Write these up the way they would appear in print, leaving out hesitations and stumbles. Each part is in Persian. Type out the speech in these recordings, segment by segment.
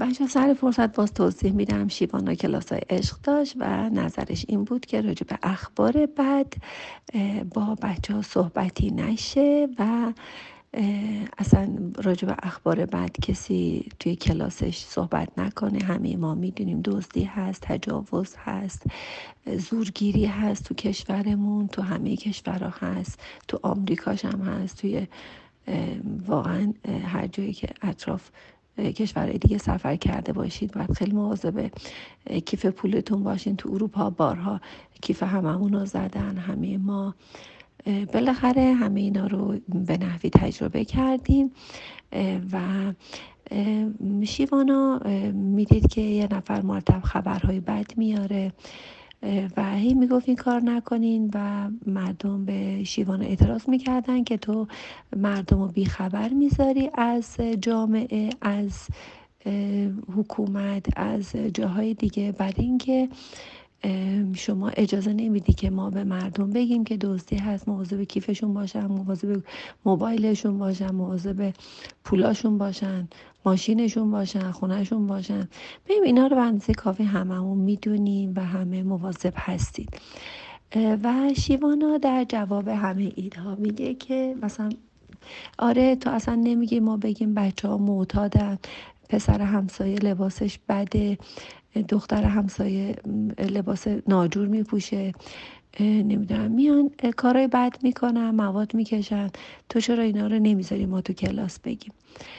بچه سر فرصت باز توضیح میدم. شیوانا کلاسای عشق داشت و نظرش این بود که راجع به اخبار بد با بچه ها صحبتی نشه و اصلا راجع به اخبار بد کسی توی کلاسش صحبت نکنه. همه ما میدونیم دزدی هست، تجاوز هست، زورگیری هست تو کشورمون، تو همه کشورها هست، تو آمریکاش هم هست، توی واقعا هر جایی که اطراف کشورهای دیگه سفر کرده باشید باید خیلی مواظب کیف پولتون باشین. تو اروپا بارها کیف هممون رو زدن. همه ما بالاخره همه اینا رو به نحوی تجربه کردیم و شیوانا میدید که یه نفر مرتب خبرهای بد میاره و هی میگفت این کار نکنین و مردم به شیوانا اعتراض میکردن که تو مردم رو بیخبر میذاری از جامعه، از حکومت، از جاهای دیگه، برای اینکه شما اجازه نمیدی که ما به مردم بگیم که دزدی هست، مواظب کیفشون باشن، مواظب موبایلشون باشن، مواظب پولاشون باشن، ماشینشون باشن، خونهشون باشن. ببین اینا رو به اندازه کافی هممون میدونیم و همه مواظب هستید. و شیوانا در جواب همه اینها میگه که مثلا آره تو اصلا نمیگی ما بگیم بچه ها معتادن، پسر همسایه لباسش بده، دختر همسایه لباس ناجور میپوشه، نمیدونم میان کارهای بد میکنن، مواد میکشن، تو چرا اینا رو نمیذاری ما تو کلاس بگیم؟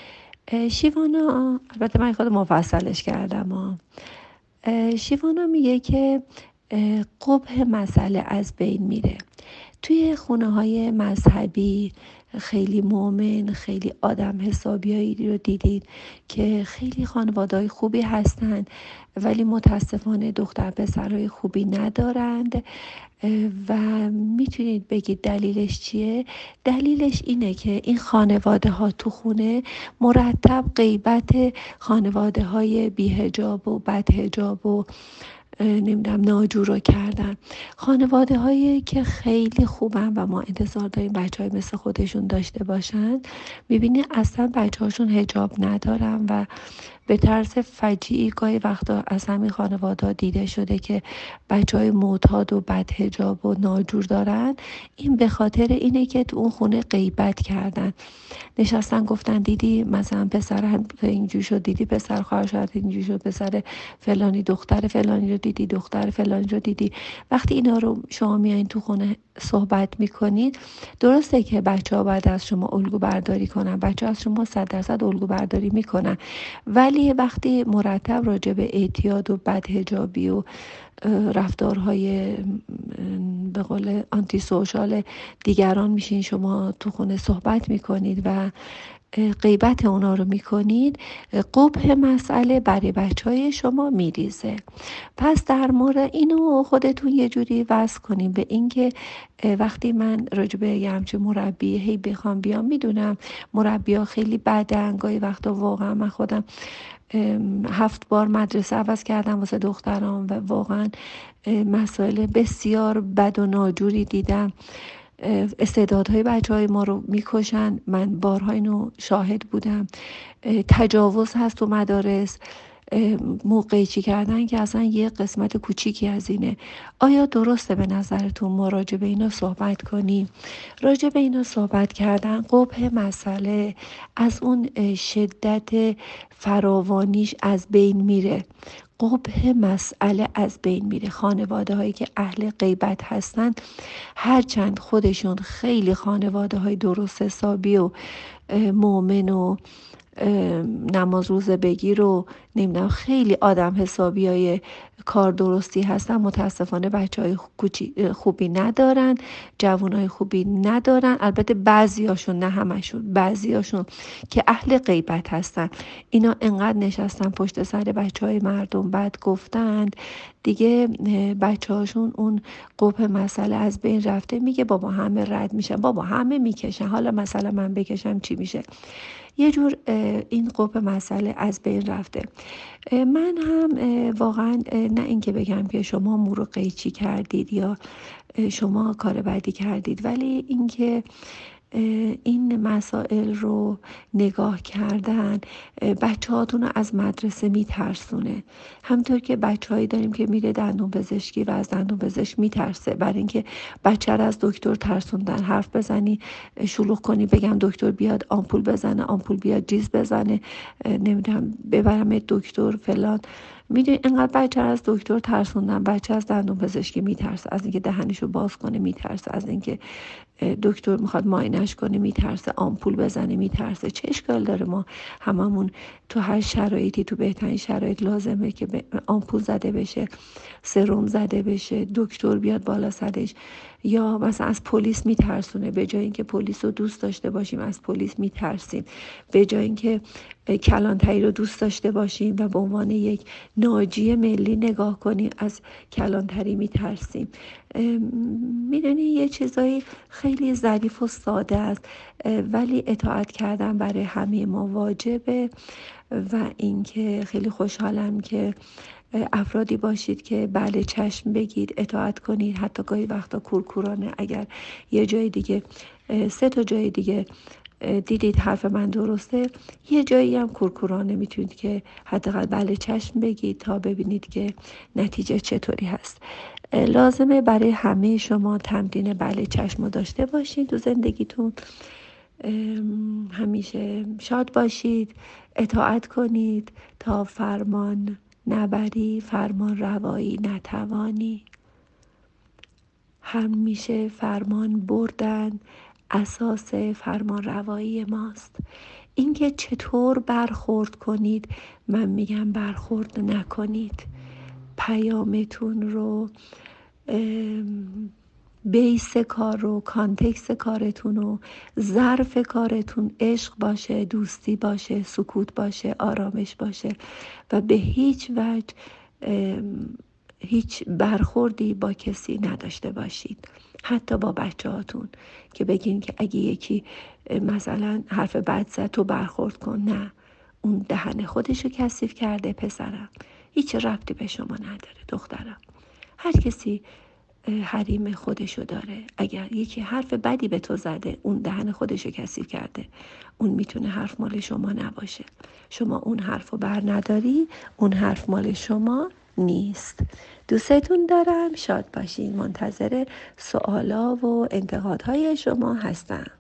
شیوانا، البته من خود مفصلش کردم، شیوانا میگه که قبح مسئله از بین میره. توی خونه های مذهبی خیلی مؤمن، خیلی آدم حسابیایی رو دیدید که خیلی خانواده‌های خوبی هستند ولی متاسفانه دختر پسرهای خوبی ندارند. و میتونید بگید دلیلش چیه؟ دلیلش اینه که این خانواده ها تو خونه مرتب غیبت خانواده های بی‌حجاب و بدحجاب و نمیدونم ناجور رو کردن. خانواده هایی که خیلی خوبن و ما انتظار داریم بچه های مثل خودشون داشته باشن، میبینی اصلا بچه هاشون حجاب ندارن و به طرز فجیعی گاهی وقتا از همین خانواده ها دیده شده که بچه های معتاد و بدحجاب و ناجور دارن. این به خاطر اینه که تو اون خونه غیبت کردن، نشستن گفتن دیدی مثلا پسر اینجوری شد، دیدی پسر خواهر شد اینجوری شد، پسر فلانی دختر فلانی رو دیدی، دختر فلانی رو دیدی. وقتی اینا رو شما میایین تو خونه صحبت میکنید، درسته که بچه ها باید از شما الگو برداری کنن، بچه ها از شما 100% الگو برداری میکنن، ولی وقتی مرتب راجع به اعتیاد و بدحجابی و رفتارهای به قول آنتی سوشال دیگران میشین شما تو خونه صحبت میکنید و غیبت اونا رو میکنید، قبح مسئله برای بچهای شما میریزه. پس در مورد اینو خودتون یه جوری وصل کنیم به اینکه وقتی من راجع به یه همچین مربی هی بخوام بیام، میدونم مربی ها خیلی بدن، گاهی وقتا واقعا من خودم 7 بار مدرسه عوض کردم واسه دخترام و واقعا مسائل بسیار بد و ناجوری دیدم. استعدادهای بچه های ما رو میکشن، من بارها اینو شاهد بودم. تجاوز هست تو مدارس، موقعیچی کردن که اصلا یه قسمت کوچیکی از اینه. آیا درسته به نظرتون ما راجع به اینا صحبت کنیم؟ راجع به اینا صحبت کردن قبح مسئله از اون شدت فراوانیش از بین میره، قبح مسئله از بین میره. خانواده هایی که اهل غیبت هستن، هرچند خودشون خیلی خانواده های درست حسابی و مؤمن و نماز روزه بگیر و نمیدونم خیلی آدم حسابی های کار درستی هستن، متاسفانه بچه های خوبی ندارن، جوان های خوبی ندارن. البته بعضیاشون، نه همشون، بعضیاشون که اهل غیبت هستن، اینا انقدر نشستن پشت سر بچه های مردم بد گفتند دیگه بچه هاشون اون قبح مسئله از بین رفته. میگه بابا همه رد میشن، بابا همه میکشن، حالا مثلا من بکشم چی میشه؟ یه جور این قبح مسئله از بین رفته. من هم واقعا نه اینکه بگم که شما مو رو قیچی کردید یا شما کار بدی کردید، ولی اینکه این مسائل رو نگاه کردن بچه هاتون رو از مدرسه میترسونه. همطور که بچه هایی داریم که میره دندون پزشکی و از دندون پزشک میترسه، برای اینکه بچه رو از دکتر ترسوندن. حرف بزنی شلوغ کنی بگم دکتر بیاد آمپول بزنه، آمپول بیاد جیز بزنه، نمیدونم ببرم دکتر فلان. میدونی اینقدر بچه از دکتر ترسوندن، بچه از دندون پزشکی میترسه، از اینکه دهنشو باز کنه میترسه، از اینکه دکتر میخواد معاینش کنه میترسه، آمپول بزنه میترسه. چه اشکال داره ما هممون تو هر شرایطی، تو بهترین شرایط لازمه که آمپول زده بشه، سرم زده بشه، دکتر بیاد بالا سرش. یا مثلا از پلیس میترسونه، به جای اینکه پلیس رو دوست داشته باشیم از پلیس میترسیم، به جای اینکه کلانتری رو دوست داشته باشیم و به عنوان یک ناجی ملی نگاه کنیم از کلانتری میترسیم. میدونی یه چیزایی خیلی ظریف و ساده است، ولی اطاعت کردن برای همه ما واجبه. و اینکه خیلی خوشحالم که افرادی باشید که بله چشم بگید، اطاعت کنید، حتی گاهی وقتا کورکورانه. اگر یه جای دیگه 3 تا جای دیگه دیدید حرف من درسته، یه جایی هم کورکورانه میتونید که حداقل بله چشم بگید تا ببینید که نتیجه چطوری هست. لازمه برای همه شما تمرین بله چشم رو داشته باشید تو زندگیتون. همیشه شاد باشید، اطاعت کنید تا فرمان نبری فرمان روایی نتوانی. همیشه فرمان بردن اساس فرمان روایی ماست. اینکه چطور برخورد کنید، من میگم برخورد نکنید. پیامتون رو، بیس کار رو، کانتکست کارتون رو، ظرف کارتون عشق باشه، دوستی باشه، سکوت باشه، آرامش باشه و به هیچ وجه هیچ برخوردی با کسی نداشته باشید، حتی با بچه هاتون که بگین که اگه یکی مثلا حرف بد زد تو برخورد کن. نه، اون دهن خودشو کثیف کرده پسرم، هیچ ربطی به شما نداره دخترم. هر کسی حریم خودشو داره. اگر یکی حرف بدی به تو زده، اون دهن خودشو کثیف کرده، اون میتونه حرف مال شما نباشه. شما اون حرفو بر نداری، اون حرف مال شما نیست. دوستتون دارم، شاد باشین. منتظر سوالا و انتقادهای شما هستم.